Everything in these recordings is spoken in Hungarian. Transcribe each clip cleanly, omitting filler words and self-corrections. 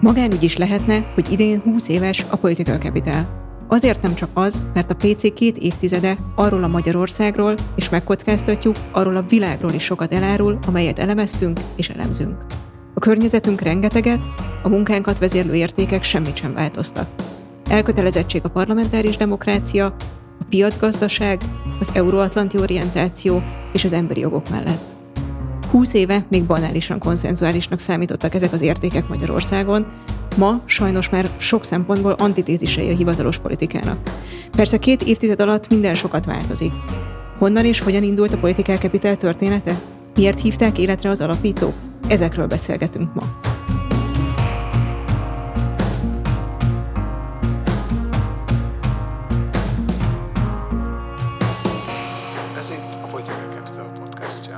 Magánügy is lehetne, hogy idén 20 éves a Political Capital. Azért nem csak az, mert a PC 2 évtizede arról a Magyarországról, és megkockáztatjuk, arról a világról is sokat elárul, amelyet elemeztünk és elemzünk. A környezetünk rengeteget, a munkánkat vezérlő értékek semmit sem változtak. Elkötelezettség a parlamentáris demokrácia, a piacgazdaság, az euróatlanti orientáció és az emberi jogok mellett. 20 éve még banálisan konszenzuálisnak számítottak ezek az értékek Magyarországon, ma sajnos már sok szempontból antitézisei a hivatalos politikának. Persze 2 évtized alatt minden sokat változik. Honnan és hogyan indult a Political Capital története? Miért hívták életre az alapítók? Ezekről beszélgetünk ma. Ez itt a Political Capital podcastja.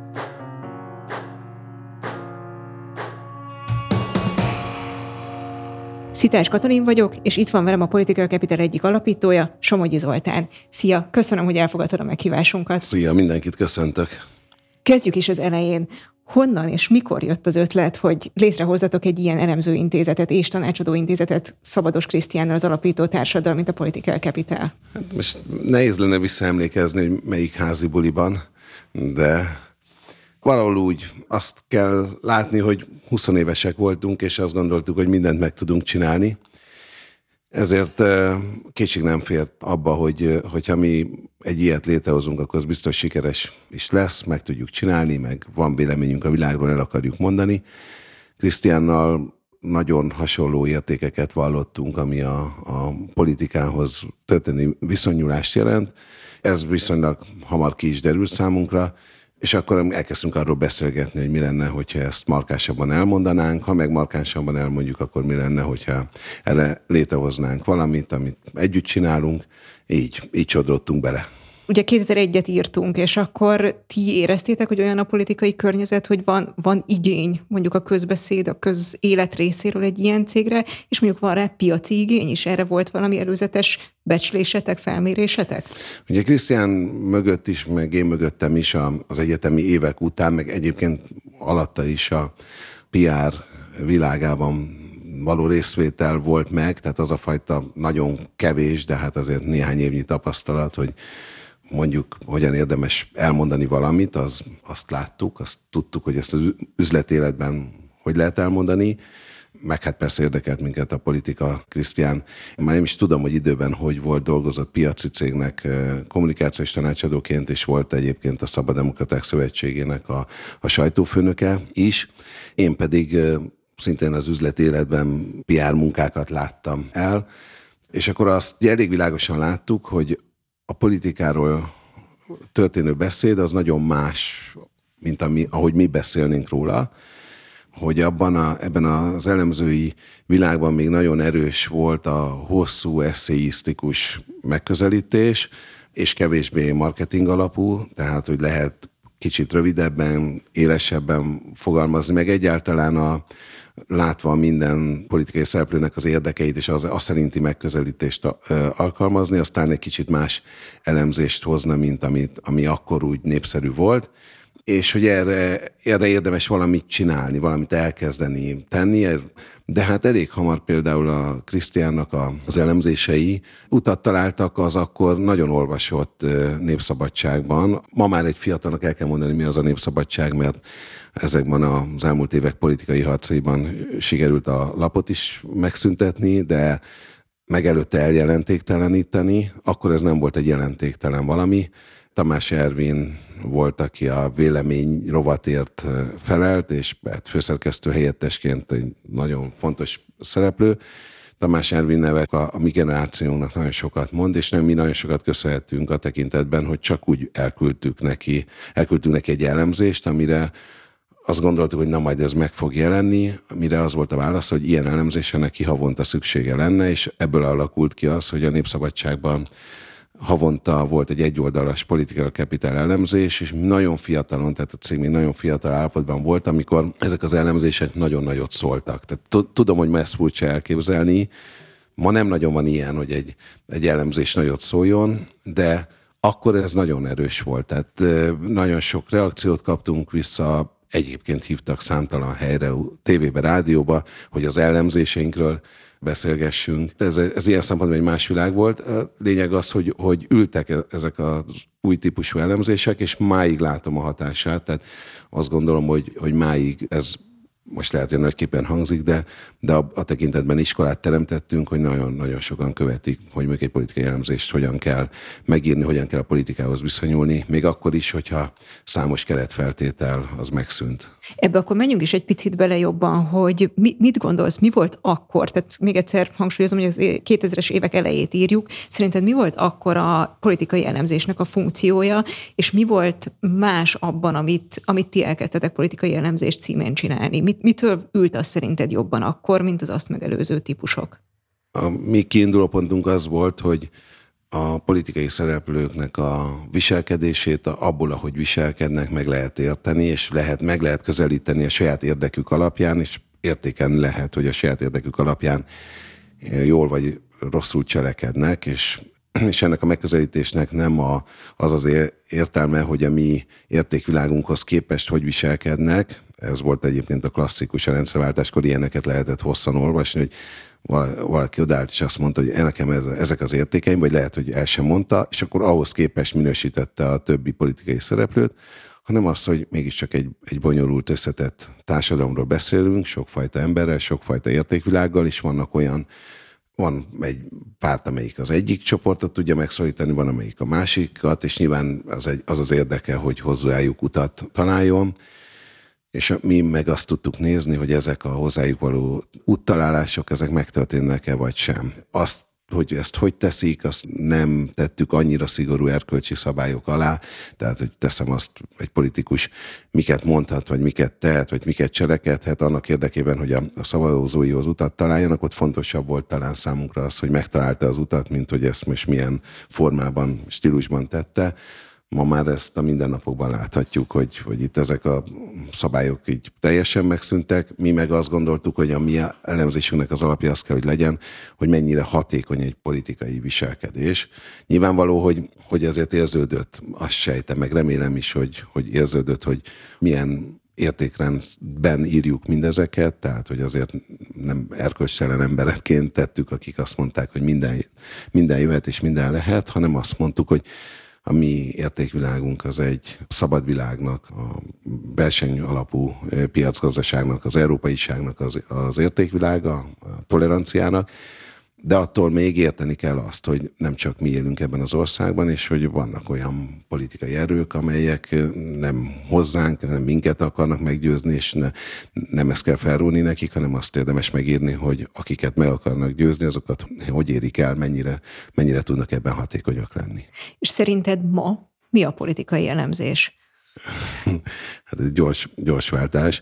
Szitás Katalin vagyok, és itt van velem a Political Capital egyik alapítója, Somogyi Zoltán. Szia, köszönöm, hogy elfogadtad a meghívásunkat. Szia, mindenkit köszöntök. Kezdjük is az elején. Honnan és mikor jött az ötlet, hogy létrehozzatok egy ilyen elemzőintézetet és tanácsadóintézetet Szabados Krisztiánnal, az alapító társaddal, mint a Political Capital? Hát most nehéz lenne visszaemlékezni, hogy melyik házi buliban, de valahol úgy azt kell látni, hogy 20 évesek voltunk, és azt gondoltuk, hogy mindent meg tudunk csinálni. Ezért kétség nem fér abba, hogyha mi egy ilyet létrehozunk, akkor az biztos sikeres is lesz, meg tudjuk csinálni, meg van véleményünk a világról, el akarjuk mondani. Krisztiánnal nagyon hasonló értékeket vallottunk, ami a politikához történő viszonyulást jelent. Ez viszonylag hamar ki is derült számunkra, és akkor elkezdtünk arról beszélgetni, hogy mi lenne, hogyha ezt markánsabban elmondanánk. Ha meg markánsabban elmondjuk, akkor mi lenne, hogyha erre létrehoznánk valamit, amit együtt csinálunk. Így sodródtunk bele. Ugye 2001-et írtunk, és akkor ti éreztétek, hogy olyan a politikai környezet, hogy van igény mondjuk a közbeszéd, a közélet részéről egy ilyen cégre, és mondjuk van rá piaci igény is? Erre volt valami előzetes becslésetek, felmérésetek? Ugye Krisztián mögött is, meg én mögöttem is az egyetemi évek után, meg egyébként alatta is a PR világában való részvétel volt meg, tehát az a fajta nagyon kevés, de hát azért néhány évnyi tapasztalat, hogy mondjuk hogyan érdemes elmondani valamit, azt láttuk, azt tudtuk, hogy ezt az üzletéletben hogy lehet elmondani, meg hát persze érdekelt minket a politika. Krisztián, már nem is tudom, hogy időben hogy volt, dolgozott piaci cégnek kommunikációs tanácsadóként, és volt egyébként a Szabaddemokraták Szövetségének a sajtófőnöke is. Én pedig szintén az üzletéletben PR munkákat láttam el, és akkor azt elég világosan láttuk, hogy a politikáról történő beszéd az nagyon más, mint ahogy mi beszélnénk róla, hogy ebben az elemzői világban még nagyon erős volt a hosszú eszéisztikus megközelítés, és kevésbé marketing alapú, tehát hogy lehet kicsit rövidebben, élesebben fogalmazni, meg egyáltalán látva minden politikai szereplőnek az érdekeit, és az szerinti megközelítést alkalmazni, aztán egy kicsit más elemzést hozna, mint ami akkor úgy népszerű volt, és hogy erre érdemes valamit csinálni, valamit elkezdeni tenni, de hát elég hamar például a Krisztiánnak az elemzései utat találtak az akkor nagyon olvasott Népszabadságban. Ma már egy fiatalnak el kell mondani, mi az a Népszabadság, mert ezekben az elmúlt évek politikai harcaiban sikerült a lapot is megszüntetni, de meg előtte eljelentékteleníteni. Akkor ez nem volt egy jelentéktelen valami. Tamás Ervin volt, aki a vélemény rovatért felelt, és főszerkesztő helyettesként egy nagyon fontos szereplő. Tamás Ervin neve a mi generációnak nagyon sokat mond, és nem mi nagyon sokat köszönhetünk a tekintetben, hogy csak úgy elküldtünk neki egy elemzést, amire azt gondoltuk, hogy na majd ez meg fog jelenni, amire az volt a válasz, hogy ilyen elemzésre neki havonta szüksége lenne, és ebből alakult ki az, hogy a Népszabadságban havonta volt egy egyoldalas Political Capital elemzés, és nagyon fiatalon, tehát a cég még nagyon fiatal állapotban volt, amikor ezek az elemzések nagyon nagyot szóltak. Tehát tudom, hogy ma ezt furcsa elképzelni, ma nem nagyon van ilyen, hogy egy elemzés nagyot szóljon, de akkor ez nagyon erős volt. Tehát nagyon sok reakciót kaptunk vissza, Egyébként hívtak számtalan helyre, tévébe, rádióba, hogy az elemzéseinkről beszélgessünk. Ez ilyen szempontból egy más világ volt. A lényeg az, hogy ültek ezek az új típusú elemzések, és máig látom a hatását. Tehát azt gondolom, hogy máig ez most lehet, hogy nagyképpen hangzik, de a tekintetben iskolát teremtettünk, hogy nagyon-nagyon sokan követik, hogy mondjuk egy politikai elemzést hogyan kell megírni, hogyan kell a politikához viszonyulni, még akkor is, hogyha számos keretfeltétel az megszűnt. Ebbe akkor menjünk is egy picit bele jobban, hogy mit gondolsz, mi volt akkor? Tehát még egyszer hangsúlyozom, hogy az 2000-es évek elejét írjuk. Szerinted mi volt akkor a politikai elemzésnek a funkciója, és mi volt más abban, amit ti elkezdtetek politikai elemzés címén csinálni? Mitől ült az szerinted jobban akkor, mint az azt megelőző típusok? A mi kiinduló pontunk az volt, hogy a politikai szereplőknek a viselkedését abból, ahogy viselkednek, meg lehet érteni, és meg lehet közelíteni a saját érdekük alapján, és értékelni lehet, hogy a saját érdekük alapján jól vagy rosszul cselekednek, és ennek a megközelítésnek nem az értelme, hogy a mi értékvilágunkhoz képest hogy viselkednek. Ez volt egyébként a klasszikus, a rendszerváltáskor ilyeneket lehetett hosszan olvasni, hogy valaki odállt, és azt mondta, hogy nekem ezek az értékeim, vagy lehet, hogy el sem mondta, és akkor ahhoz képest minősítette a többi politikai szereplőt, hanem azt, hogy mégiscsak egy bonyolult, összetett társadalomról beszélünk, sokfajta emberrel, sokfajta értékvilággal, és van egy párt, amelyik az egyik csoportot tudja megszólítani, van amelyik a másikat, és nyilván az érdeke, hogy hozzájuk utat találjon, és mi meg azt tudtuk nézni, hogy ezek a hozzájuk való úttalálások, ezek megtörténnek-e vagy sem. Azt, hogy ezt hogy teszik, azt nem tettük annyira szigorú erkölcsi szabályok alá, tehát, hogy teszem azt, egy politikus miket mondhat, vagy miket tehet, vagy miket cselekedhet, annak érdekében, hogy a szavazóihoz utat találjanak, ott fontosabb volt talán számunkra az, hogy megtalálta az utat, mint hogy ezt most milyen formában, stílusban tette. Ma már ezt a mindennapokban láthatjuk, hogy itt ezek a szabályok így teljesen megszűntek. Mi meg azt gondoltuk, hogy a mi elemzésünknek az alapja az kell, hogy legyen, hogy mennyire hatékony egy politikai viselkedés. Nyilvánvaló, hogy ezért érződött, azt sejtem, meg remélem is, hogy érződött, hogy milyen értékrendben írjuk mindezeket, tehát hogy azért nem erkölcstelen emberekként tettük, akik azt mondták, hogy minden jöhet és minden lehet, hanem azt mondtuk, hogy a mi értékvilágunk az egy szabad világnak, a verseny alapú piacgazdaságnak, az európaiságnak az értékvilága, a toleranciának, de attól még érteni kell azt, hogy nem csak mi élünk ebben az országban, és hogy vannak olyan politikai erők, amelyek nem hozzánk, nem minket akarnak meggyőzni, és nem ezt kell felrúlni nekik, hanem azt érdemes megírni, hogy akiket meg akarnak győzni, azokat hogy érik el, mennyire tudnak ebben hatékonyak lenni. És szerinted ma mi a politikai elemzés? Hát egy gyors váltás.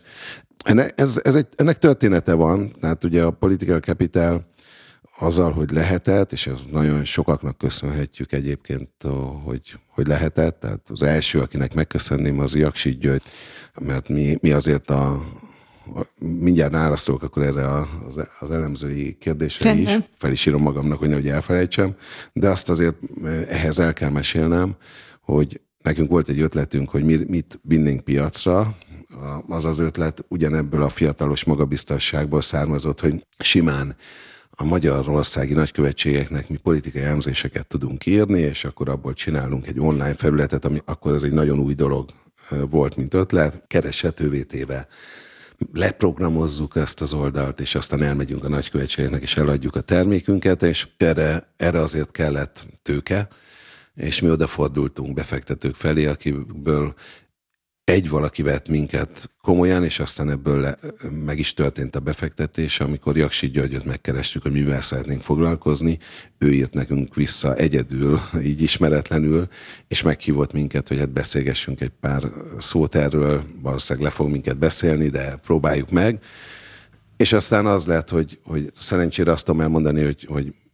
Ennek története van, tehát ugye a Political Capital azzal, hogy lehetett, és nagyon sokaknak köszönhetjük egyébként, hogy lehetett. Tehát az első, akinek megköszönném, az Jaksich György, mert mi azért mindjárt válaszolok akkor erre az elemzői kérdésre is. Fel is írom magamnak, hogy nehogy elfelejtsem. De azt azért ehhez el kell mesélnem, hogy nekünk volt egy ötletünk, hogy mit vinnénk piacra. Az ötlet ugyanebből a fiatalos magabiztosságból származott, hogy simán a magyarországi nagykövetségeknek mi politikai elemzéseket tudunk írni, és akkor abból csinálunk egy online felületet, ami akkor ez egy nagyon új dolog volt, mint ötlet, kereshetővé téve leprogramozzuk ezt az oldalt, és aztán elmegyünk a nagykövetségeknek, és eladjuk a termékünket, és erre azért kellett tőke, és mi odafordultunk befektetők felé, akiből valaki vett minket komolyan, és aztán ebből meg is történt a befektetés, amikor Jaksich Györgyöt megkerestük, hogy mivel szeretnénk foglalkozni. Ő írt nekünk vissza egyedül, így ismeretlenül, és meghívott minket, hogy hát beszélgessünk egy pár szót erről, valószínűleg le fog minket beszélni, de próbáljuk meg. És aztán az lett, hogy szerencsére azt tudom elmondani, hogy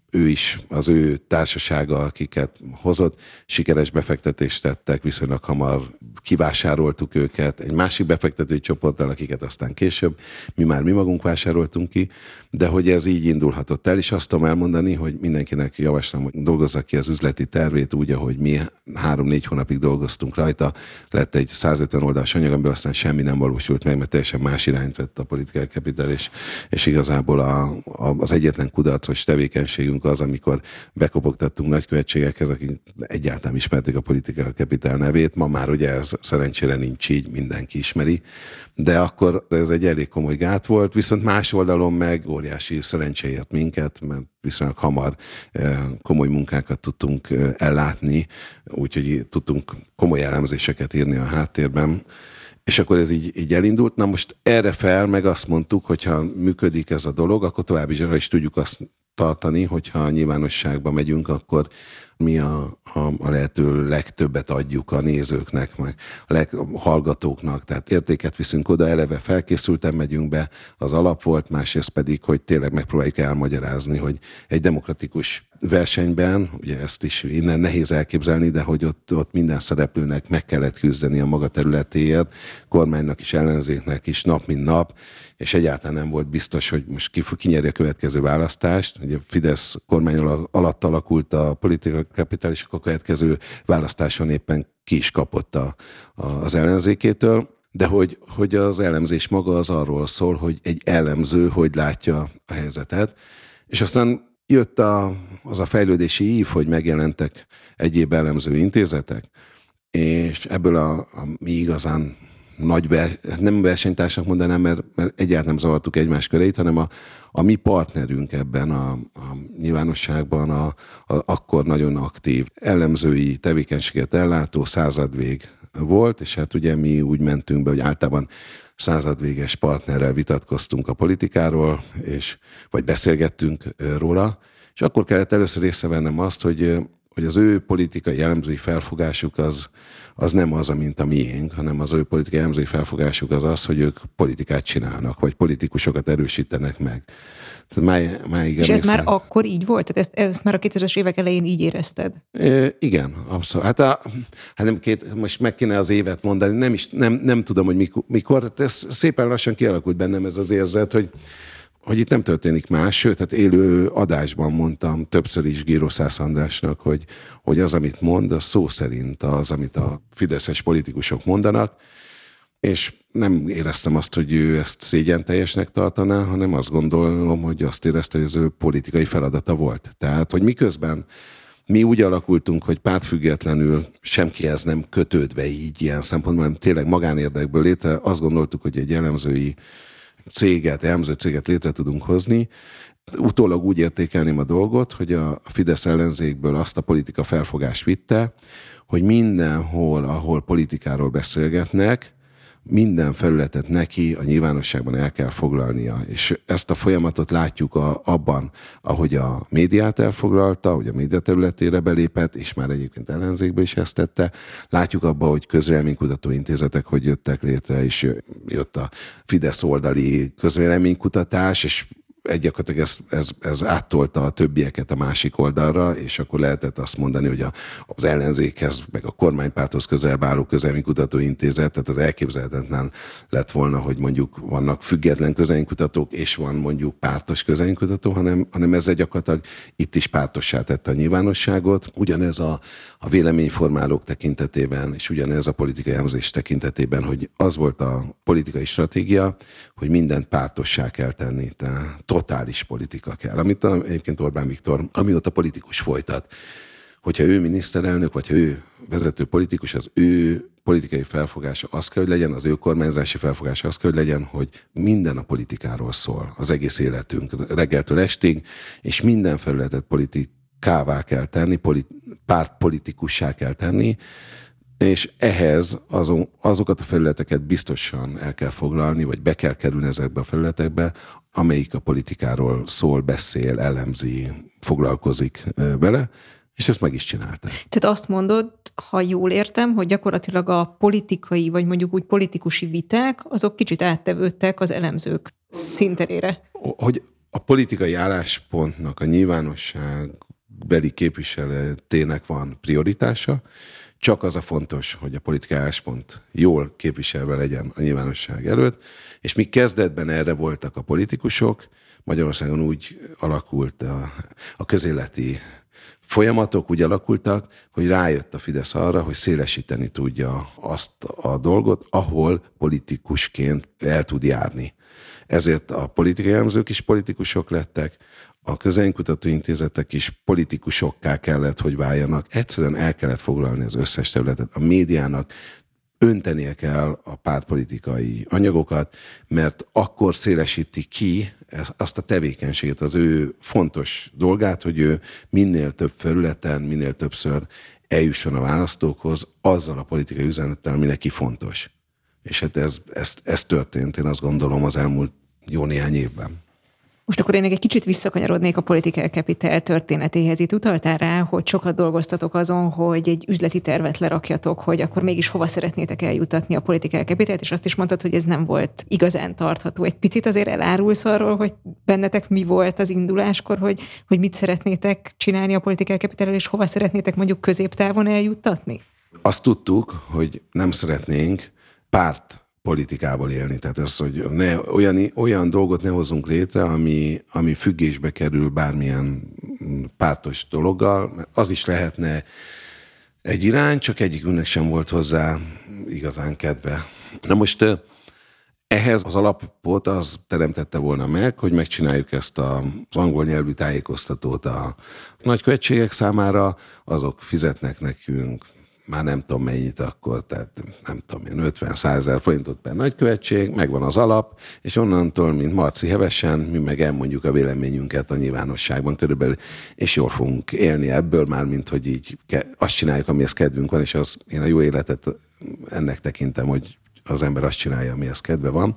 ő is, az ő társasága, akiket hozott, sikeres befektetést tettek, viszonylag hamar kivásároltuk őket, egy másik befektetői csoporttal, akiket aztán később mi magunk vásároltunk ki, de hogy ez így indulhatott el, és azt tudom elmondani, hogy mindenkinek javaslom, hogy dolgozza ki az üzleti tervét úgy, ahogy mi 3-4 hónapig dolgoztunk rajta, lett egy 150 oldalas anyag, amiből aztán semmi nem valósult meg, mert teljesen más irányt vett a Political Capital, és igazából az egyetlen kudarcos tevékenységünk az, amikor bekopogtattunk nagykövetségekhez, akik egyáltalán ismerték a Political Capital nevét. Ma már ugye ez szerencsére nincs így, mindenki ismeri, de akkor ez egy elég komoly gát volt, viszont más oldalon meg óriási szerencséért minket, mert viszonylag hamar komoly munkákat tudtunk ellátni, úgyhogy tudtunk komoly elemzéseket írni a háttérben, és akkor ez így elindult. Na most erre fel meg azt mondtuk, hogyha működik ez a dolog, akkor további is tudjuk azt tartani, hogyha a nyilvánosságba megyünk, akkor mi a lehető legtöbbet adjuk a nézőknek, meg a hallgatóknak, tehát értéket viszünk oda, eleve felkészülten megyünk be, az alap volt, másrészt pedig, hogy tényleg megpróbáljuk elmagyarázni, hogy egy demokratikus versenyben, ugye ezt is innen nehéz elképzelni, de hogy ott minden szereplőnek meg kellett küzdeni a maga területéért, kormánynak is, ellenzéknek is, nap mint nap, és egyáltalán nem volt biztos, hogy most ki nyeri a következő választást. Ugye a Fidesz kormány alatt alakult a Political Capital, és a következő választáson éppen ki is kapott az ellenzékétől. De hogy az elemzés maga az arról szól, hogy egy elemző hogy látja a helyzetet. És aztán jött az a fejlődési ív, hogy megjelentek egyéb elemző intézetek, és ebből a mi igazán nem versenytársak mondanám, mert egyáltalán nem zavartuk egymás köreit, hanem a mi partnerünk ebben a nyilvánosságban akkor nagyon aktív elemzői tevékenységet ellátó Századvég volt, és hát ugye mi úgy mentünk be, hogy általában századvéges partnerrel vitatkoztunk a politikáról, vagy beszélgettünk róla, és akkor kellett először észrevennem azt, hogy az ő politikai elemzői felfogásuk az nem az, mint a miénk, hanem az ő politikai elemzői felfogásuk az, hogy ők politikát csinálnak, vagy politikusokat erősítenek meg. És ez már akkor így volt? Tehát ezt már a 2000-es évek elején így érezted? Igen, abszolút. Most meg kéne az évet mondani, nem tudom, hogy mikor. Tehát ez szépen lassan kialakult bennem ez az érzet, hogy itt nem történik más, sőt, hát élő adásban mondtam többször is Gyrószász Andrásnak, hogy az, amit mond, az szó szerint az, amit a fideszes politikusok mondanak, és nem éreztem azt, hogy ő ezt szégyenteljesnek tartaná, hanem azt gondolom, hogy azt érezte, hogy az ő politikai feladata volt. Tehát, hogy miközben mi úgy alakultunk, hogy pártfüggetlenül semkihez nem kötődve így ilyen szempontból, hanem tényleg magánérdekből létre, azt gondoltuk, hogy egy elemző céget létre tudunk hozni. Utólag úgy értékelném a dolgot, hogy a Fidesz ellenzékből azt a politika felfogást vitte, hogy mindenhol, ahol politikáról beszélgetnek, minden felületet neki a nyilvánosságban el kell foglalnia. És ezt a folyamatot látjuk abban, ahogy a médiát elfoglalta, hogy a média területére belépett, és már egyébként ellenzékbe is ezt tette. Látjuk abban, hogy közvéleménykutató intézetek hogy jöttek létre, és jött a Fidesz oldali közvéleménykutatás, és gyakorlatilag ez áttolta a többieket a másik oldalra, és akkor lehetett azt mondani, hogy az ellenzékhez, meg a kormánypárthoz közelebb álló közvéleménykutató intézet, tehát az elképzelhetetlen lett volna, hogy mondjuk vannak független közvéleménykutatók, és van mondjuk pártos közvéleménykutató, hanem ezzel gyakorlatilag itt is pártossá tette a nyilvánosságot. Ugyanez a véleményformálók tekintetében, és ugyanez a politikai elemzés tekintetében, hogy az volt a politikai stratégia, hogy mindent pártossá kell tenni, tehát totális politika kell, amit egyébként Orbán Viktor amióta politikus folytat. Hogyha ő miniszterelnök, vagy ha ő vezető politikus, az ő politikai felfogása az kell, hogy legyen, az ő kormányzási felfogása az kell, hogy legyen, hogy minden a politikáról szól, az egész életünk, reggeltől estig, és minden felületet politikává kell tenni, pártpolitikussá kell tenni, és ehhez azokat a felületeket biztosan el kell foglalni, vagy be kell kerülni ezekbe a felületekbe, amelyik a politikáról szól, beszél, elemzi, foglalkozik vele, és ezt meg is csinálta. Tehát azt mondod, ha jól értem, hogy gyakorlatilag a politikai, vagy mondjuk úgy politikusi viták, azok kicsit áttevődtek az elemzők színterére. A politikai álláspontnak a nyilvánosságbeli képviseletének van prioritása, csak az a fontos, hogy a politikai álláspont jól képviselve legyen a nyilvánosság előtt, és míg kezdetben erre voltak a politikusok, Magyarországon úgy alakult a közéleti folyamatok úgy alakultak, hogy rájött a Fidesz arra, hogy szélesíteni tudja azt a dolgot, ahol politikusként el tud járni. Ezért a politikai elemzők is politikusok lettek, a közvéleménykutató intézetek is politikusokká kellett, hogy váljanak. Egyszerűen el kellett foglalni az összes területet. A médiának öntenie kell a pártpolitikai anyagokat, mert akkor szélesíti ki azt a tevékenységet, az ő fontos dolgát, hogy ő minél több felületen, minél többször eljusson a választókhoz azzal a politikai üzenettel, ami neki fontos. És hát ez történt, én azt gondolom, az elmúlt jó néhány évben. Most akkor én egy kicsit visszakanyarodnék a Political Capital történetéhez. Itt utaltál rá, hogy sokat dolgoztatok azon, hogy egy üzleti tervet lerakjatok, hogy akkor mégis hova szeretnétek eljutatni a Political Capitalt, és azt is mondtad, hogy ez nem volt igazán tartható. Egy picit azért elárulsz arról, hogy bennetek mi volt az induláskor, hogy mit szeretnétek csinálni a Political Capital, és hova szeretnétek mondjuk középtávon eljuttatni? Azt tudtuk, hogy nem szeretnénk politikából élni. Tehát ez, hogy olyan dolgot ne hozzunk létre, ami függésbe kerül bármilyen pártos dologgal, mert az is lehetne egy irány, csak egyikünknek sem volt hozzá igazán kedve. Na most ehhez az alapot az teremtette volna meg, hogy megcsináljuk ezt az angol nyelvű tájékoztatót a nagykövetségek számára, azok fizetnek nekünk már nem tudom mennyit akkor, tehát nem tudom, 50-100 ezer forintot per nagykövetség, megvan az alap, és onnantól, mint Marci hevesen, mi meg elmondjuk a véleményünket a nyilvánosságban körülbelül, és jól fogunk élni ebből már, mint hogy így azt csináljuk, amihez kedvünk van, és én a jó életet ennek tekintem, hogy az ember azt csinálja, amihez kedve van,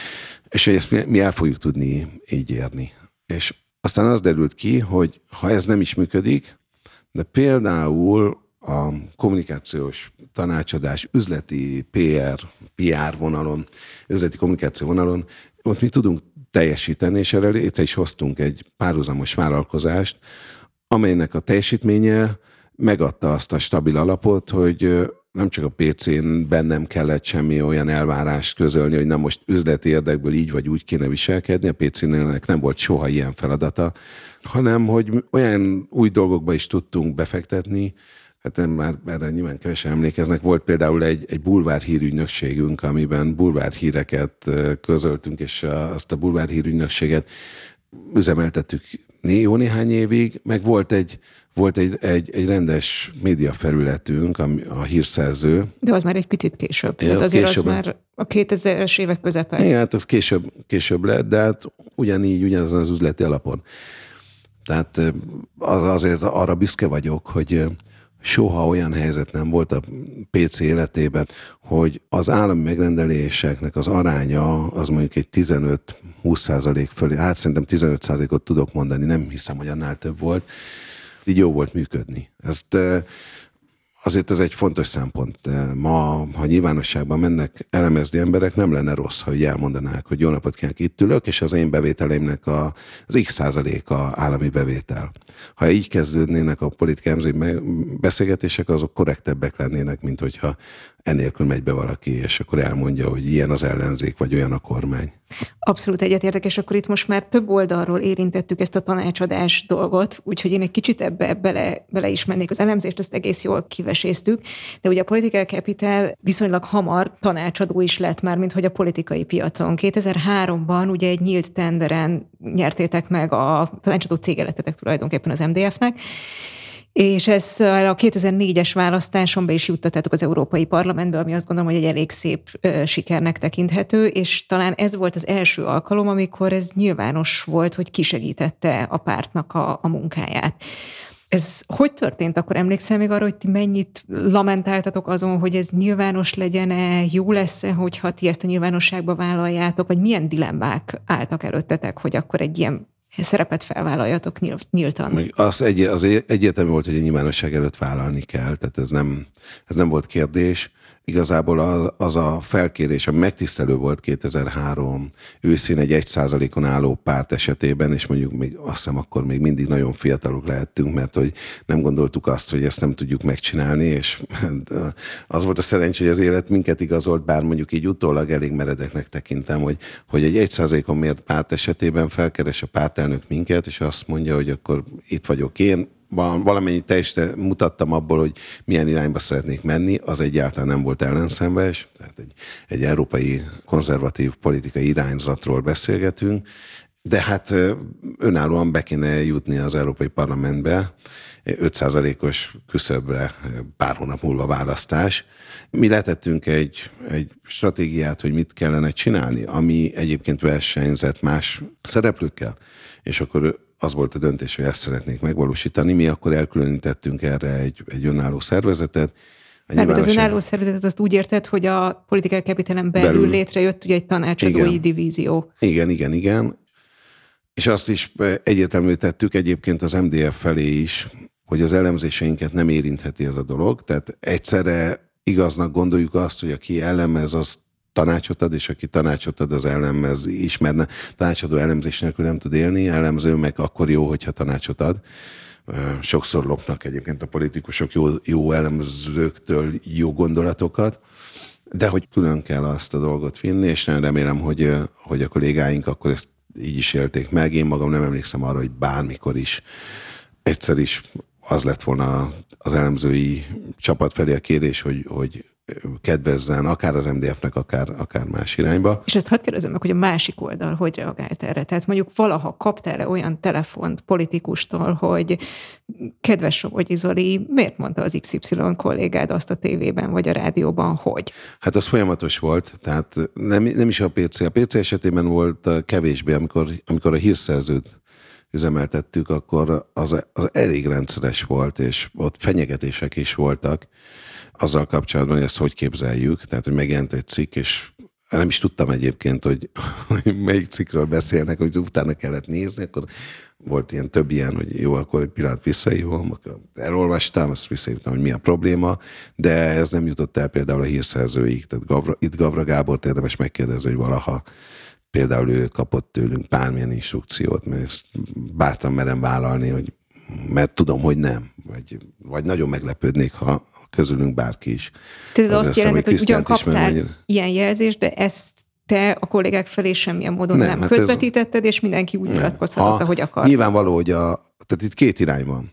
és hogy ezt mi el fogjuk tudni így érni. És aztán az derült ki, hogy ha ez nem is működik, de például a kommunikációs tanácsadás, üzleti PR vonalon, üzleti kommunikáció vonalon, ott mi tudunk teljesíteni, és erre létre is hoztunk egy párhuzamos vállalkozást, amelynek a teljesítménye megadta azt a stabil alapot, hogy nem csak a PC-n bennem kellett semmi olyan elvárást közölni, hogy na most üzleti érdekből így vagy úgy kéne viselkedni, a PC-nek nem volt soha ilyen feladata, hanem hogy olyan új dolgokba is tudtunk befektetni. Hát már erre nyilván kevesen emlékeznek. Volt például egy bulvárhírügynökségünk, amiben bulvárhíreket közöltünk, és azt a bulvárhírügynökséget üzemeltettük jó néhány évig, meg volt egy rendes médiafelületünk, a Hírszerző. De az már egy picit később. Ja, azért később. Az már a 2000-es évek közepén. Igen, hát az később lett, de hát ugyanazon az üzleti alapon. Tehát azért arra büszke vagyok, hogy soha olyan helyzet nem volt a PC életében, hogy az állami megrendeléseknek az aránya az mondjuk egy 15-20% fölé, hát szerintem 15%-ot tudok mondani, nem hiszem, hogy annál több volt. Így jó volt működni. Azért ez egy fontos szempont. Ma, ha nyilvánosságban mennek elemezni emberek, nem lenne rossz, ha elmondanák, hogy jó napot kívánok, itt ülök, és az én bevételeimnek az x% állami bevétel. Ha így kezdődnének a politikai beszélgetések, azok korrektebbek lennének, mint hogyha ennélkül megy be valaki, és akkor elmondja, hogy ilyen az ellenzék, vagy olyan a kormány. Abszolút egyetértek, és akkor itt most már több oldalról érintettük ezt a tanácsadás dolgot, úgyhogy én egy kicsit ebbe bele is mennék. Az elemzést ezt egész jól kiveséztük, de ugye a Political Capital viszonylag hamar tanácsadó is lett már, mint hogy a politikai piacon. 2003-ban ugye egy nyílt tenderen nyertétek meg a tanácsadó cége lettetek tulajdonképpen az MDF-nek, és ez a 2004-es választáson be is juttattátok az Európai Parlamentbe, ami azt gondolom, hogy egy elég szép sikernek tekinthető, és talán ez volt az első alkalom, amikor ez nyilvános volt, hogy kisegítette a pártnak a munkáját. Ez hogy történt? Akkor emlékszel még arra, hogy ti mennyit lamentáltatok azon, hogy ez nyilvános legyen-e, jó lesz-e, hogyha ti ezt a nyilvánosságba vállaljátok, vagy milyen dilemmák álltak előttetek, hogy akkor egy ilyen szerepet felvállaljatok nyíltan? Az egyértelmű volt, hogy a nyilvánosság előtt vállalni kell, tehát ez nem volt kérdés. Igazából az a felkérés, ami megtisztelő volt 2003 őszén egy 1%-on álló párt esetében, és mondjuk még azt hiszem akkor még mindig nagyon fiatalok lehettünk, mert hogy nem gondoltuk azt, hogy ezt nem tudjuk megcsinálni, és az volt a szerencsé, hogy az élet minket igazolt, bár mondjuk így utólag elég meredeknek tekintem, hogy egy 1%-on mért párt esetében felkeres a pártelnök minket, és azt mondja, hogy akkor itt vagyok én, valamennyit teljesen mutattam abból, hogy milyen irányba szeretnék menni, az egyáltalán nem volt ellenszenves, tehát egy európai konzervatív politikai irányzatról beszélgetünk, de hát önállóan be kéne jutni az Európai Parlamentbe, 5%-os küszöbre pár hónap múlva választás. Mi letettünk egy stratégiát, hogy mit kellene csinálni, ami egyébként versenyzett más szereplőkkel, és akkor az volt a döntés, hogy ezt szeretnék megvalósítani. Mi akkor elkülönítettünk erre egy önálló szervezetet. Mármint az önálló szervezetet azt úgy érted, hogy a Political Capital-en belül létrejött ugye egy tanácsadói divízió. Igen. És azt is egyértelműen tettük egyébként az MDF felé is, hogy az elemzéseinket nem érintheti ez a dolog. Tehát egyszerre igaznak gondoljuk azt, hogy aki elemez, az tanácsot ad, és aki tanácsot ad, az elemez is, mert tanácsadó elemzés nélkül nem tud élni, elemző meg akkor jó, hogyha tanácsot ad. Sokszor lopnak egyébként a politikusok jó elemzőktől jó gondolatokat, de hogy külön kell azt a dolgot vinni, és nagyon remélem, hogy a kollégáink akkor ezt így is élték meg. Én magam nem emlékszem arra, hogy bármikor is egyszer is az lett volna az elemzői csapat felé a kérés, hogy kedvezzen akár az MDF-nek, akár más irányba. És ezt hadd kérdezem meg, hogy a másik oldal hogy reagált erre? Tehát mondjuk valaha kaptál-e olyan telefont politikustól, hogy kedves Somogyi Zoli, miért mondta az XY kollégád azt a tévében vagy a rádióban, hogy? Hát az folyamatos volt, tehát nem is a PC. A PC esetében volt kevésbé, amikor a hírszerzőt üzemeltettük, akkor az elég rendszeres volt, és ott fenyegetések is voltak azzal kapcsolatban, hogy ezt hogy képzeljük. Tehát, hogy megjelent egy cikk, és nem is tudtam egyébként, hogy melyik cikkről beszélnek, hogy utána kellett nézni, akkor volt több ilyen, hogy jó, akkor egy pillanat visszahívom, akkor elolvastam, azt visszahívtam, hogy mi a probléma, de ez nem jutott el például a hírszerzőig. Tehát itt Gavra Gábort érdemes megkérdezni, hogy valaha például ő kapott tőlünk bármilyen instrukciót, mert ezt bátran merem vállalni, mert tudom, hogy nem. Vagy nagyon meglepődnék, ha közülünk bárki is. Tehát ez azt jelenti, hogy ugyan kaptál ilyen jelzést, de ezt te a kollégák felé semmilyen módon nem hát közvetítetted, és mindenki úgy nyilatkozhatott, ahogy akar. Nyilvánvaló, hogy tehát itt két irány van.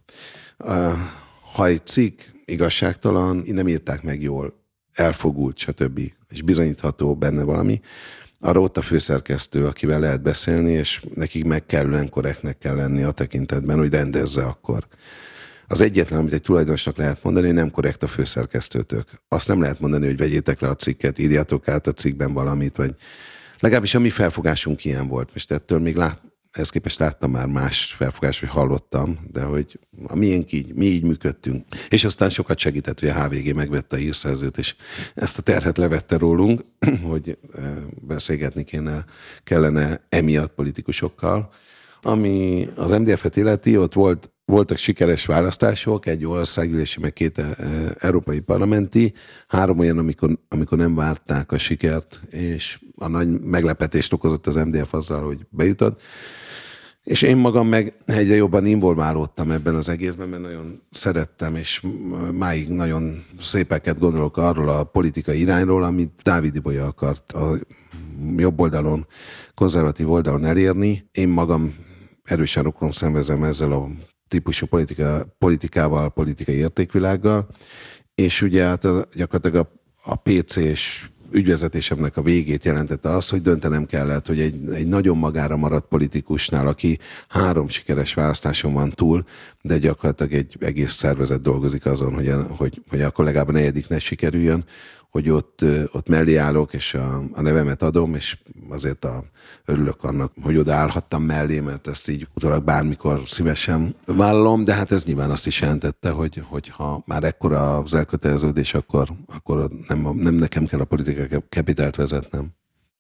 Ha egy cikk igazságtalan, nem írták meg jól, elfogult, stb., és bizonyítható benne valami, arra ott a főszerkesztő, akivel lehet beszélni, és nekik meg kellően korrektnek kell lenni a tekintetben, hogy rendezze akkor. Az egyetlen, amit egy tulajdonosnak lehet mondani, hogy nem korrekt a főszerkesztőtök. Azt nem lehet mondani, hogy vegyétek le a cikket, írjátok át a cikkben valamit, vagy legalábbis a mi felfogásunk ilyen volt. Most ettől még ehhez képest láttam már más felfogás, hogy hallottam, de hogy a miénk mi így működtünk. És aztán sokat segített, hogy a HVG megvette a hírszerzőt, és ezt a terhet levette rólunk, hogy beszélgetni kellene emiatt politikusokkal. Ami az MDF-et illeti, ott voltak sikeres választások, egy országgyűlési, meg 2 európai parlamenti, 3 olyan, amikor nem várták a sikert, és a nagy meglepetést okozott az MDF azzal, hogy bejutott. És én magam meg egyre jobban involválódtam ebben az egészben, mert nagyon szerettem, és máig nagyon szépeket gondolok arról a politikai irányról, amit Dávid Ibolya akart a jobb oldalon, konzervatív oldalon elérni. Én magam erősen rokon szenvezem ezzel a típusú politikával, politikai értékvilággal, és ugye hát gyakorlatilag a PC-s ügyvezetésemnek a végét jelentette az, hogy döntenem kellett, hogy egy nagyon magára maradt politikusnál, aki 3 sikeres választáson van túl, de gyakorlatilag egy egész szervezet dolgozik azon, hogy a kollégában 4. ne sikerüljön, hogy ott mellé állok, és a nevemet adom, és azért örülök annak, hogy odaállhattam mellé, mert ezt így utólag bármikor szívesen vállalom, de hát ez nyilván azt is jelentette, hogy ha már ekkora az elköteleződés, akkor nem nekem kell a politikai kapitalt vezetnem.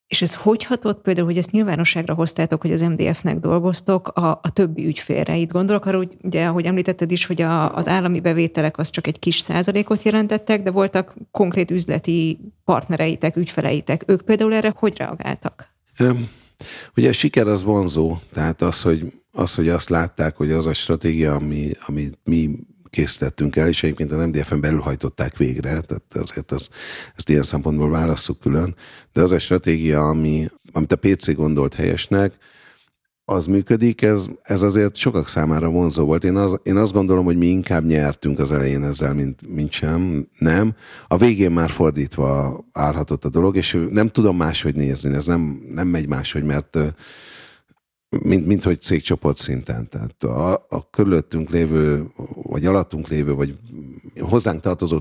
És ez hogy hatott például, hogy ezt nyilvánosságra hoztátok, hogy az MDF-nek dolgoztok a többi ügyfélre? Itt gondolok arra, hogy ugye, ahogy említetted is, hogy az állami bevételek az csak egy kis százalékot jelentettek, de voltak konkrét üzleti partnereitek, ügyfeleitek. Ők például erre hogy reagáltak? Ugye a siker az vonzó, tehát hogy azt látták, hogy az a stratégia, amit mi készítettünk el, és egyébként az MDF-en belül hajtották végre, tehát azért ezt ilyen szempontból válasszuk külön, de az a stratégia, amit a PC gondolt helyesnek, az működik, ez azért sokak számára vonzó volt. Én azt gondolom, hogy mi inkább nyertünk az elején ezzel, mint sem. Nem. A végén már fordítva állhatott a dolog, és nem tudom máshogy nézni, ez nem megy máshogy, mert mint hogy cégcsoport szinten. Tehát a körülöttünk lévő, vagy alattunk lévő, vagy hozzánk tartozó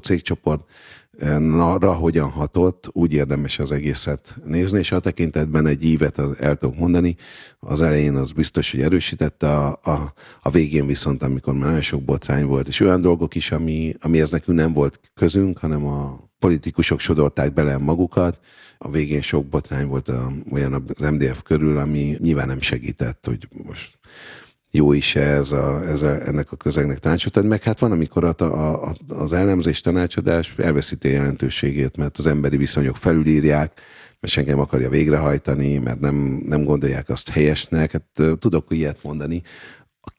cégcsoportra hogyan hatott, úgy érdemes az egészet nézni, és a tekintetben egy ívet el tudok mondani. Az elején az biztos, hogy erősítette, a végén viszont, amikor már nagyon sok botrány volt, és olyan dolgok is, amihez nekünk nem volt közünk, hanem a politikusok sodorták bele magukat. A végén sok botrány volt olyan az MDF körül, ami nyilván nem segített, hogy most jó is ennek a közegnek tanácsot ad, meg hát van, amikor az elemzés, tanácsadás elveszíti a jelentőségét, mert az emberi viszonyok felülírják, mert senki nem akarja végrehajtani, mert nem gondolják azt helyesnek. Hát tudok ilyet mondani. A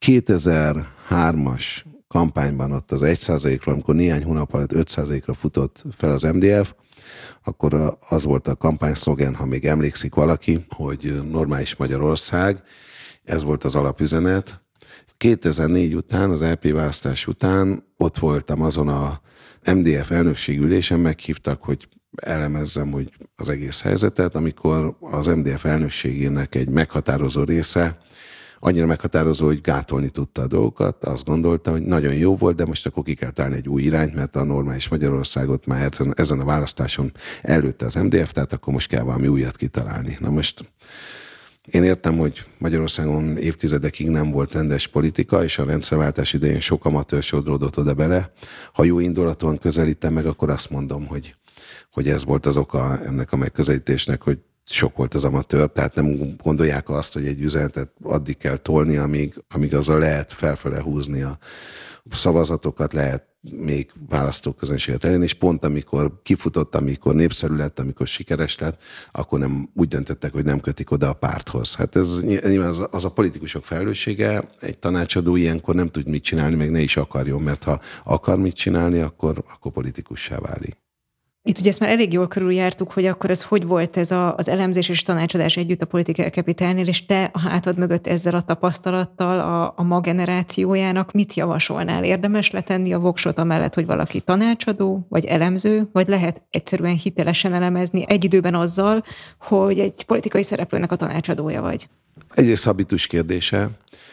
2003-as kampányban ott az 1%-ról, amikor néhány hónap alatt 5%-ra futott fel az MDF, akkor az volt a kampányszlogen, ha még emlékszik valaki, hogy normális Magyarország, ez volt az alapüzenet. 2004 után, az LP választás után ott voltam azon a MDF elnökségülésen, meghívtak, hogy elemezzem hogy az egész helyzetet, amikor az MDF elnökségének egy meghatározó része, annyira meghatározó, hogy gátolni tudta a dolgokat, azt gondolta, hogy nagyon jó volt, de most akkor ki kell találni egy új irányt, mert a normális Magyarországot már ezen a választáson előtte az MDF, tehát akkor most kell valami újat kitalálni. Na most én értem, hogy Magyarországon évtizedekig nem volt rendes politika, és a rendszerváltás idején sok amatőr sodródott oda bele. Ha jó indulatúan közelítem meg, akkor azt mondom, hogy ez volt az oka ennek a megközelítésnek, hogy sok volt az amatőr, tehát nem gondolják azt, hogy egy üzenetet addig kell tolni, amíg azzal lehet felfele húzni a szavazatokat, lehet még választóközönséget elérni, és pont amikor kifutott, amikor népszerű lett, amikor sikeres lett, akkor nem úgy döntöttek, hogy nem kötik oda a párthoz. Hát ez nyilván az a politikusok felelőssége, egy tanácsadó ilyenkor nem tud mit csinálni, meg ne is akarjon, mert ha akar mit csinálni, akkor politikussá válik. Itt ugye ezt már elég jól körüljártuk, hogy akkor ez hogy volt ez az elemzés és tanácsadás együtt a Political Capitalnél, és te a hátad mögött ezzel a tapasztalattal a ma generációjának mit javasolnál? Érdemes letenni a voksot amellett, hogy valaki tanácsadó, vagy elemző, vagy lehet egyszerűen hitelesen elemezni egy időben azzal, hogy egy politikai szereplőnek a tanácsadója vagy? Egyrészt habitus kérdése,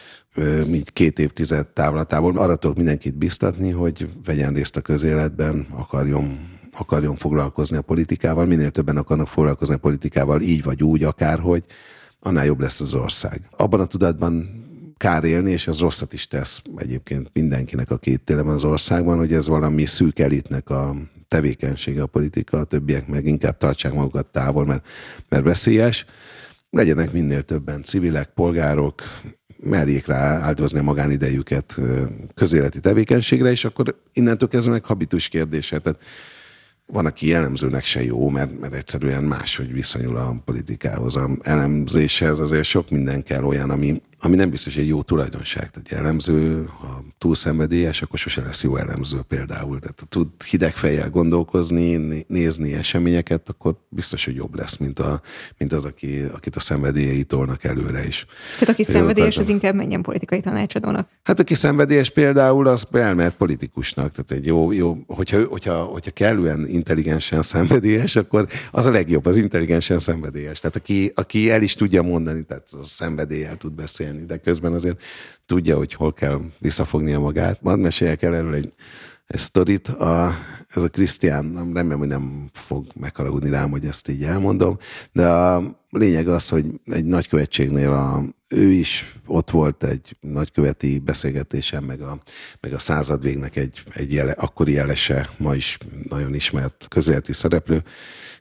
így 2 évtized távlatából. Arra tudok mindenkit biztatni, hogy vegyen részt a közéletben, akarjon foglalkozni a politikával, minél többen akarnak foglalkozni a politikával, így vagy úgy, akárhogy, annál jobb lesz az ország. Abban a tudatban kár élni, és ez rosszat is tesz egyébként mindenkinek, aki itt él az országban, hogy ez valami szűk elitnek a tevékenysége a politika, a többiek meg inkább tartsák magukat távol, mert veszélyes. Legyenek minél többen civilek, polgárok, merjék rá áldozni a magánidejüket közéleti tevékenységre, és akkor innentől kezdve meg habitus kérdése. Tehát van, aki jellemzőnek se jó, mert egyszerűen máshogy viszonyul a politikához. Az elemzéshez azért sok minden kell olyan, ami nem biztos egy jó tulajdonság. Tehát jellemző, ha túl szenvedélyes, akkor sose lesz jó elemző például. Tehát ha tud hideg fejjel gondolkozni, nézni eseményeket, akkor biztos, hogy jobb lesz, mint az, akit a szenvedélyei tolnak előre is. Tehát aki szenvedélyes, az inkább menjen politikai tanácsadónak. Hát aki szenvedélyes például, az elmehet politikusnak. Tehát egy jó hogyha kellően intelligensen szenvedélyes, akkor az a legjobb, az intelligensen szenvedélyes. Tehát aki el is tudja mondani, tehát a szenvedéllyel tud beszélni, de közben azért tudja, hogy hol kell visszafognia magát. Majd meséljek el erről egy sztorit. Ez a Krisztián, remélem, hogy nem fog megharagudni rám, hogy ezt így elmondom, de a lényeg az, hogy egy nagykövetségnél ő is ott volt egy nagyköveti beszélgetésen, meg a századvégnek egy akkori jelese, ma is nagyon ismert közéleti szereplő,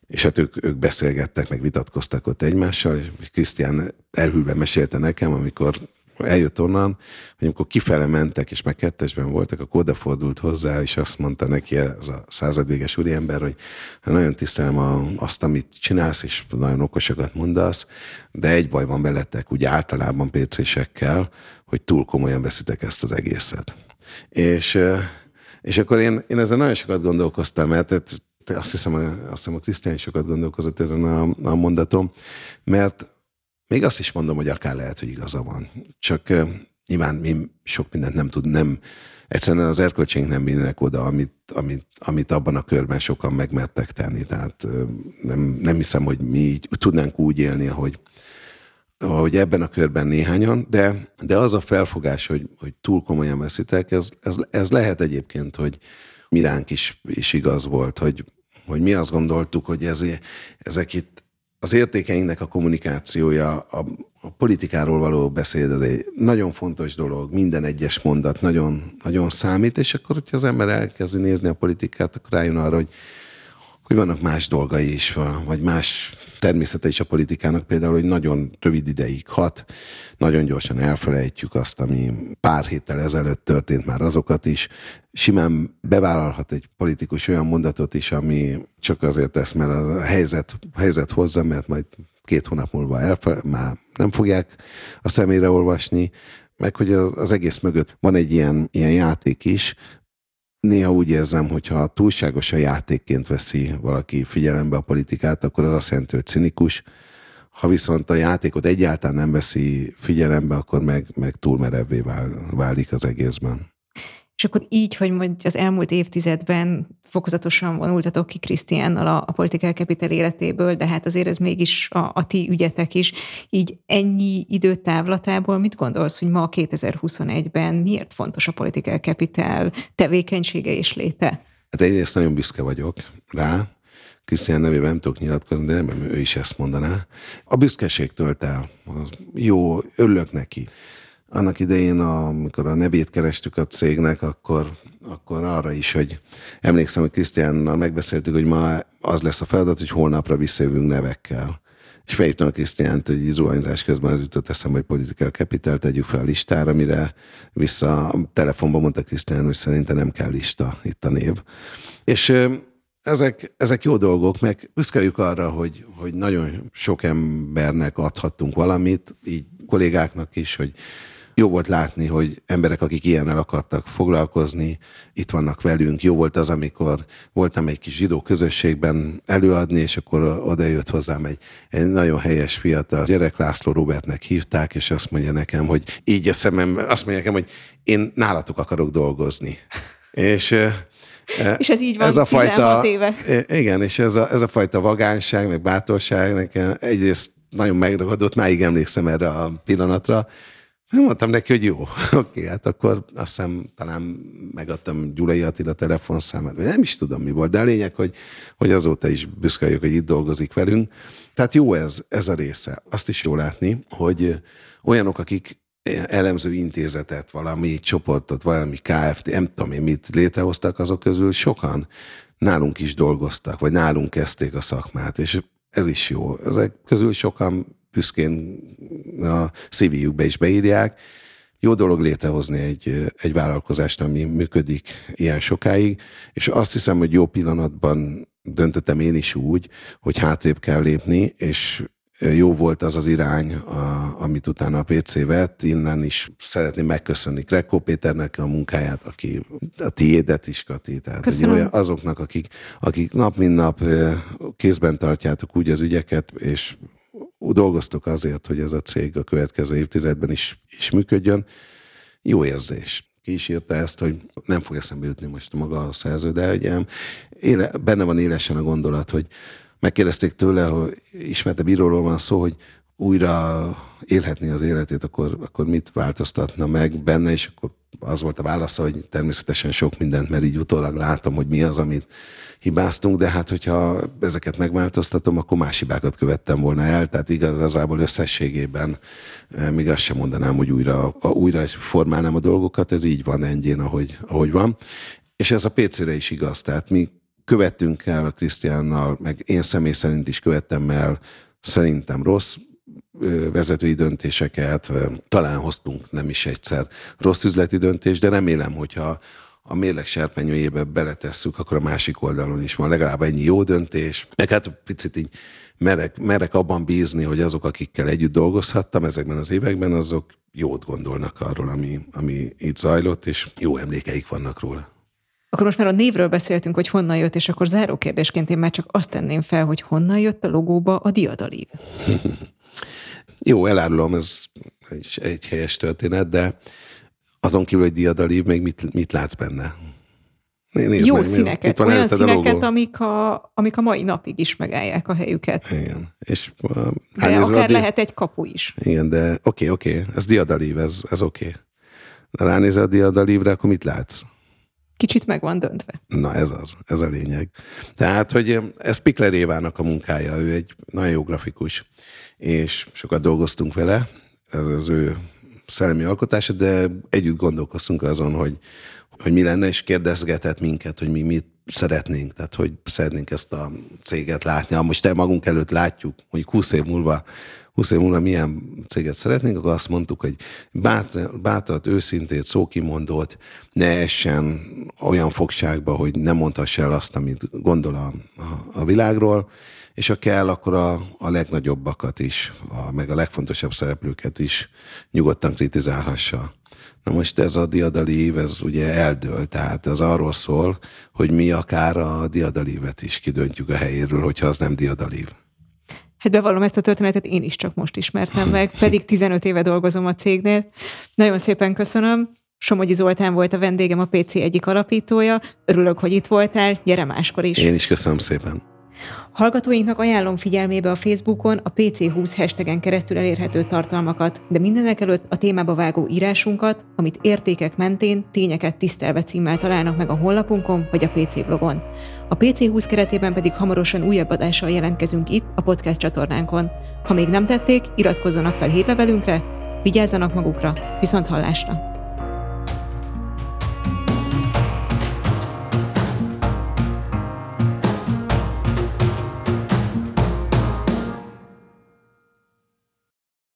És hát ők beszélgettek, meg vitatkoztak ott egymással, és Krisztián elhűlve mesélte nekem, amikor eljött onnan, hogy amikor kifele mentek, és meg kettesben voltak, akkor odafordult hozzá, és azt mondta neki ez a századvéges úriember, hogy nagyon tisztelem azt, amit csinálsz, és nagyon okosakat mondasz, de egy baj van veletek, úgy általában PC-sekkel, hogy túl komolyan veszitek ezt az egészet. És akkor én ezen nagyon sokat gondolkoztam, mert azt hiszem a Krisztián is sokat gondolkozott ezen a mondaton, mert még azt is mondom, hogy akár lehet, hogy igaza van. Csak nyilván mi sok mindent nem egyszerűen az erkölcsénk nem vinnek oda, amit abban a körben sokan megmertek tenni. Tehát nem hiszem, hogy mi így tudnánk úgy élni, ahogy ebben a körben néhányan, de az a felfogás, hogy túl komolyan veszitek, ez lehet egyébként, hogy miránk is igaz volt, hogy mi azt gondoltuk, hogy ezek itt az értékeinknek a kommunikációja, a politikáról való beszéd, ez egy nagyon fontos dolog, minden egyes mondat nagyon, nagyon számít, és akkor, hogyha az ember elkezdi nézni a politikát, akkor rájön arra, hogy vannak más dolgai is, vagy más természete is a politikának, például, hogy nagyon rövid ideig hat, nagyon gyorsan elfelejtjük azt, ami pár héttel ezelőtt történt, már azokat is. Simán bevállalhat egy politikus olyan mondatot is, ami csak azért tesz, mert a helyzet hozza, mert majd 2 hónap múlva már nem fogják a szemére olvasni, meg hogy az egész mögött van egy ilyen játék is. Néha úgy érzem, hogyha túlságosan játékként veszi valaki figyelembe a politikát, akkor az azt jelenti, hogy cinikus. Ha viszont a játékot egyáltalán nem veszi figyelembe, akkor meg túl merevvé válik az egészben. És akkor így, hogy majd az elmúlt évtizedben fokozatosan vonultatok ki Krisztiánnal a Political Capital életéből, de hát azért ez mégis a ti ügyetek is. Így ennyi időtávlatából mit gondolsz, hogy ma 2021-ben miért fontos a Political Capital tevékenysége és léte? Hát egyrészt nagyon büszke vagyok rá. Krisztián nevében nem tudok nyilatkozni, de nem ő is ezt mondaná. A büszkeség tölt el. Jó, örülök neki. Annak idején, amikor a nevét kerestük a cégnek, akkor arra is, hogy emlékszem, hogy Krisztiánnal megbeszéltük, hogy ma az lesz a feladat, hogy holnapra visszajövünk nevekkel. És felhívtam a Krisztiánt, hogy zuhanyzás közben az jutott eszembe, hogy Political Capital tegyük fel a listára, mire vissza a telefonban mondta Krisztián, hogy szerintem nem kell lista, itt a név. És ezek jó dolgok, meg büszkeljük arra, hogy nagyon sok embernek adhattunk valamit, így kollégáknak is, hogy jó volt látni, hogy emberek, akik ilyennel akartak foglalkozni, itt vannak velünk. Jó volt az, amikor voltam egy kis zsidó közösségben előadni, és akkor oda jött hozzám egy nagyon helyes fiatal gyerek, László Robertnek hívták, és azt mondja nekem, hogy így a szemem, azt mondja nekem, hogy én nálatok akarok dolgozni. És ez így van, ez a 16 éve. Igen, és ez a fajta vagánság, meg bátorság nekem egyrészt nagyon megragadott, máig emlékszem erre a pillanatra. Mondtam neki, hogy jó, oké, hát akkor azt hiszem talán megadtam Gyulai Attila telefonszámát, nem is tudom mi volt, de a lényeg, hogy azóta is büszke vagyok, hogy itt dolgozik velünk. Tehát jó ez a része. Azt is jó látni, hogy olyanok, akik elemző intézetet, valami csoportot, valami KFT, nem tudom én mit létrehoztak, azok közül sokan nálunk is dolgoztak, vagy nálunk kezdték a szakmát, és ez is jó. Ezek közül sokan büszkén a CV-jükbe is beírják. Jó dolog létrehozni egy vállalkozást, ami működik ilyen sokáig, és azt hiszem, hogy jó pillanatban döntöttem én is úgy, hogy hátrébb kell lépni, és jó volt az irány, amit utána a PC vett. Innen is szeretném megköszönni Krekó Péternek a munkáját, aki a tiédet is, Kati. Tehát azoknak, akik nap mint nap kézben tartjátok úgy az ügyeket, és dolgoztok azért, hogy ez a cég a következő évtizedben is működjön. Jó érzés. Ki is írta ezt, hogy nem fog eszembe jutni most maga a szerző, de hogy benne van élesen a gondolat, hogy megkérdezték tőle, hogy ismerte bíróról van szó, hogy újra élhetné az életét, akkor mit változtatna meg benne, és akkor az volt a válasza, hogy természetesen sok mindent, mert így utólag látom, hogy mi az, amit hibáztunk, de hát, hogyha ezeket megváltoztatom, akkor más hibákat követtem volna el, tehát igazából összességében még azt sem mondanám, hogy újra formálnám a dolgokat, ez így van ennyien, ahogy van. És ez a PC-re is igaz, tehát mi követtünk el a Krisztiánnal, meg én személy szerint is követtem el szerintem rossz vezetői döntéseket, talán hoztunk nem is egyszer rossz üzleti döntést, de remélem, hogyha a mérleg serpenyőjébe beletesszük, akkor a másik oldalon is van legalább ennyi jó döntés. Meg hát picit így merek abban bízni, hogy azok, akikkel együtt dolgozhattam ezekben az években, azok jót gondolnak arról, ami itt zajlott, és jó emlékeik vannak róla. Akkor most már a névről beszéltünk, hogy honnan jött, és akkor záró kérdésként én már csak azt tenném fel, hogy honnan jött a logóba a diadalív. Jó, elárulom, ez egy helyes történet, de azon kívül, hogy diadalív, még mit látsz benne? Jó meg, színeket, olyan színeket, amik a mai napig is megállják a helyüket. Igen. És, de akár lehet egy kapu is. Igen, de oké, ez diadalív, ez oké. De ránézel a diadalívre, akkor mit látsz? Kicsit meg van döntve. Na ez a lényeg. Tehát, hogy ez Pikler Évának a munkája, ő egy nagyon jó grafikus, és sokat dolgoztunk vele, ez az ő szellemi alkotása, de együtt gondolkoztunk azon, hogy mi lenne, és kérdezgetett minket, hogy mi mit szeretnénk, tehát hogy szeretnénk ezt a céget látni. Most magunk előtt látjuk, hogy 20 év múlva milyen céget szeretnénk, akkor azt mondtuk, hogy bátrat, őszintét, szókimondót, ne essen olyan fogságba, hogy ne mondhass el azt, amit gondol a világról, és ha kell, akkor a legnagyobbakat is, meg a legfontosabb szereplőket is nyugodtan kritizálhassa. Na most ez a diadalív, ez ugye eldől, tehát ez arról szól, hogy mi akár a diadalívet is kidöntjük a helyéről, hogyha az nem diadalív. Hát bevallom, ezt a történetet én is csak most ismertem meg, pedig 15 éve dolgozom a cégnél. Nagyon szépen köszönöm. Somogyi Zoltán volt a vendégem, a PC egyik alapítója. Örülök, hogy itt voltál, gyere máskor is. Én is köszönöm szépen. Hallgatóinknak ajánlom figyelmébe a Facebookon a PC20 hashtagen keresztül elérhető tartalmakat, de mindenek előtt a témába vágó írásunkat, amit értékek mentén, tényeket tisztelve címmel találnak meg a honlapunkon vagy a PC blogon. A PC20 keretében pedig hamarosan újabb adással jelentkezünk itt a podcast csatornánkon. Ha még nem tették, iratkozzanak fel hírlevelünkre, vigyázzanak magukra, viszont hallásra!